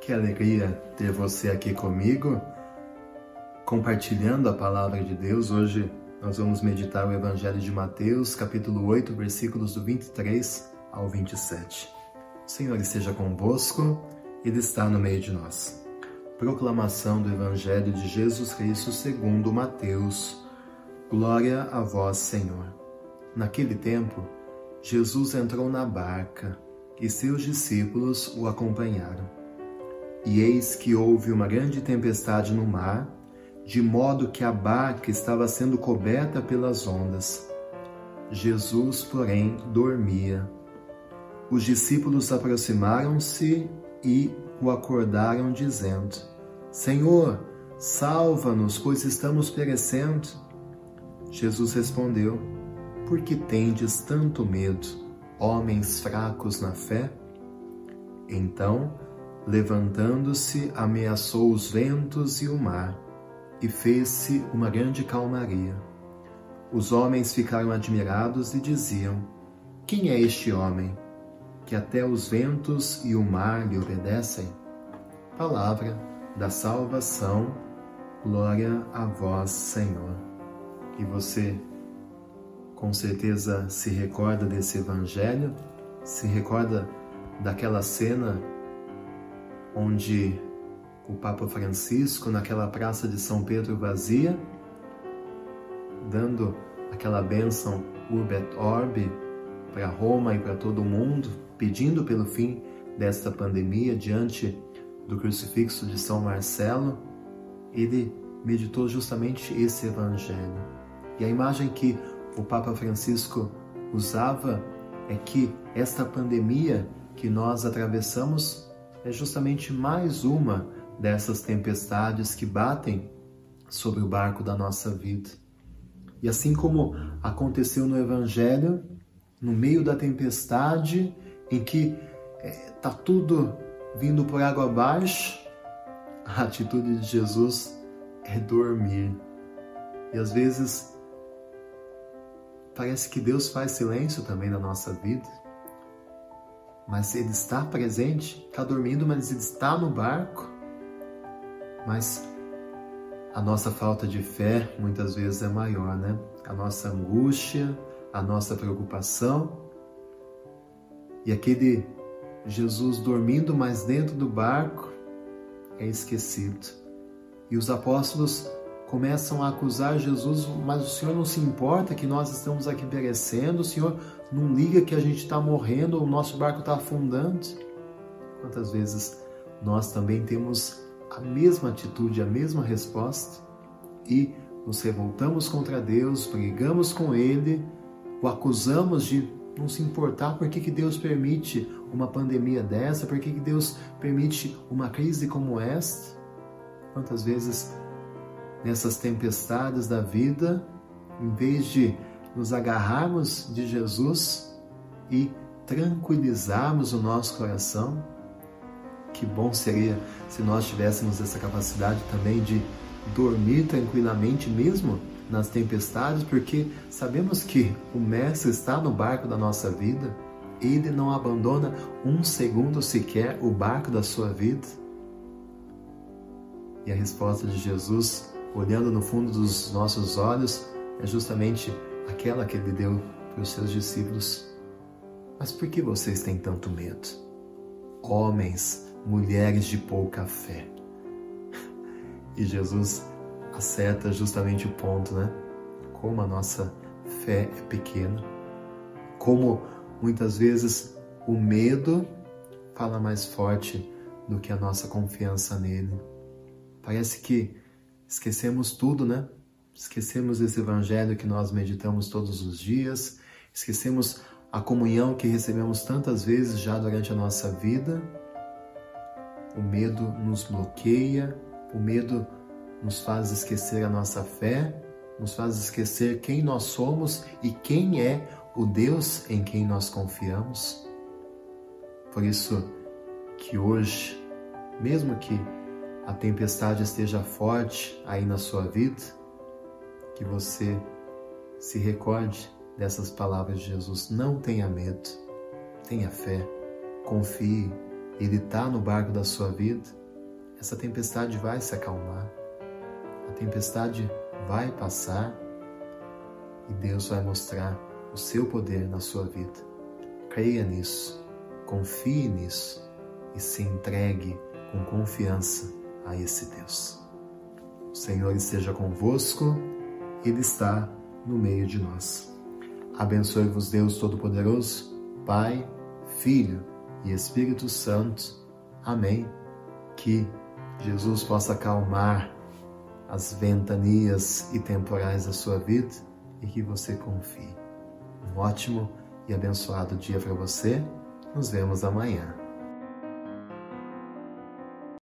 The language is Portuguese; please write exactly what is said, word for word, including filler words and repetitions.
Que alegria ter você aqui comigo, compartilhando a palavra de Deus. Hoje nós vamos meditar o Evangelho de Mateus, capítulo oito, versículos do vinte e três ao vinte e sete. O Senhor esteja convosco, Ele está no meio de nós. Proclamação do Evangelho de Jesus Cristo segundo Mateus. Glória a vós, Senhor. Naquele tempo, Jesus entrou na barca e seus discípulos o acompanharam. E eis que houve uma grande tempestade no mar, de modo que a barca estava sendo coberta pelas ondas. Jesus, porém, dormia. Os discípulos aproximaram-se e o acordaram, dizendo: Senhor, salva-nos, pois estamos perecendo. Jesus respondeu: Por que tendes tanto medo, homens fracos na fé? Então, levantando-se, ameaçou os ventos e o mar, e fez-se uma grande calmaria. Os homens ficaram admirados e diziam: Quem é este homem, que até os ventos e o mar lhe obedecem? Palavra da salvação, glória a vós, Senhor. E você, com certeza, se recorda desse evangelho, se recorda daquela cena onde o Papa Francisco, naquela praça de São Pedro vazia, dando aquela bênção Urbi et Orbi para Roma e para todo o mundo, pedindo pelo fim desta pandemia diante do crucifixo de São Marcelo, ele meditou justamente esse evangelho. E a imagem que o Papa Francisco usava é que esta pandemia que nós atravessamos é justamente mais uma dessas tempestades que batem sobre o barco da nossa vida. E assim como aconteceu no Evangelho, no meio da tempestade, em que está é, tudo vindo por água abaixo, a atitude de Jesus é dormir. E às vezes parece que Deus faz silêncio também na nossa vida, mas Ele está presente, está dormindo, mas Ele está no barco. Mas a nossa falta de fé muitas vezes é maior, né? A nossa angústia, a nossa preocupação. E aquele Jesus dormindo, mas dentro do barco, é esquecido. E os apóstolos começam a acusar Jesus: mas o Senhor não se importa que nós estamos aqui perecendo? O Senhor não liga que a gente está morrendo, o nosso barco está afundando? Quantas vezes nós também temos a mesma atitude, a mesma resposta, e nos revoltamos contra Deus, brigamos com Ele, o acusamos de não se importar? Por que que Deus permite uma pandemia dessa? Por que que Deus permite uma crise como esta? Quantas vezes nessas tempestades da vida, em vez de nos agarrarmos de Jesus e tranquilizarmos o nosso coração, que bom seria se nós tivéssemos essa capacidade também de dormir tranquilamente mesmo nas tempestades, porque sabemos que o Mestre está no barco da nossa vida, Ele não abandona um segundo sequer o barco da sua vida. E a resposta de Jesus, olhando no fundo dos nossos olhos, é justamente aquela que Ele deu para os seus discípulos: Mas por que vocês têm tanto medo? Homens, mulheres de pouca fé. E Jesus acerta justamente o ponto, né? Como a nossa fé é pequena. Como muitas vezes o medo fala mais forte do que a nossa confiança nele. Parece que esquecemos tudo, né? Esquecemos esse evangelho que nós meditamos todos os dias, esquecemos a comunhão que recebemos tantas vezes já durante a nossa vida. O medo nos bloqueia, o medo nos faz esquecer a nossa fé, nos faz esquecer quem nós somos e quem é o Deus em quem nós confiamos. Por isso que hoje, mesmo que a tempestade esteja forte aí na sua vida, que você se recorde dessas palavras de Jesus: não tenha medo, tenha fé, confie, Ele está no barco da sua vida, essa tempestade vai se acalmar, a tempestade vai passar e Deus vai mostrar o seu poder na sua vida. Creia nisso, confie nisso e se entregue com confiança a esse Deus. O Senhor esteja convosco, Ele está no meio de nós. Abençoe-vos Deus Todo-Poderoso, Pai, Filho e Espírito Santo. Amém. Que Jesus possa acalmar as ventanias e temporais da sua vida e que você confie. Um ótimo e abençoado dia para você. Nos vemos amanhã.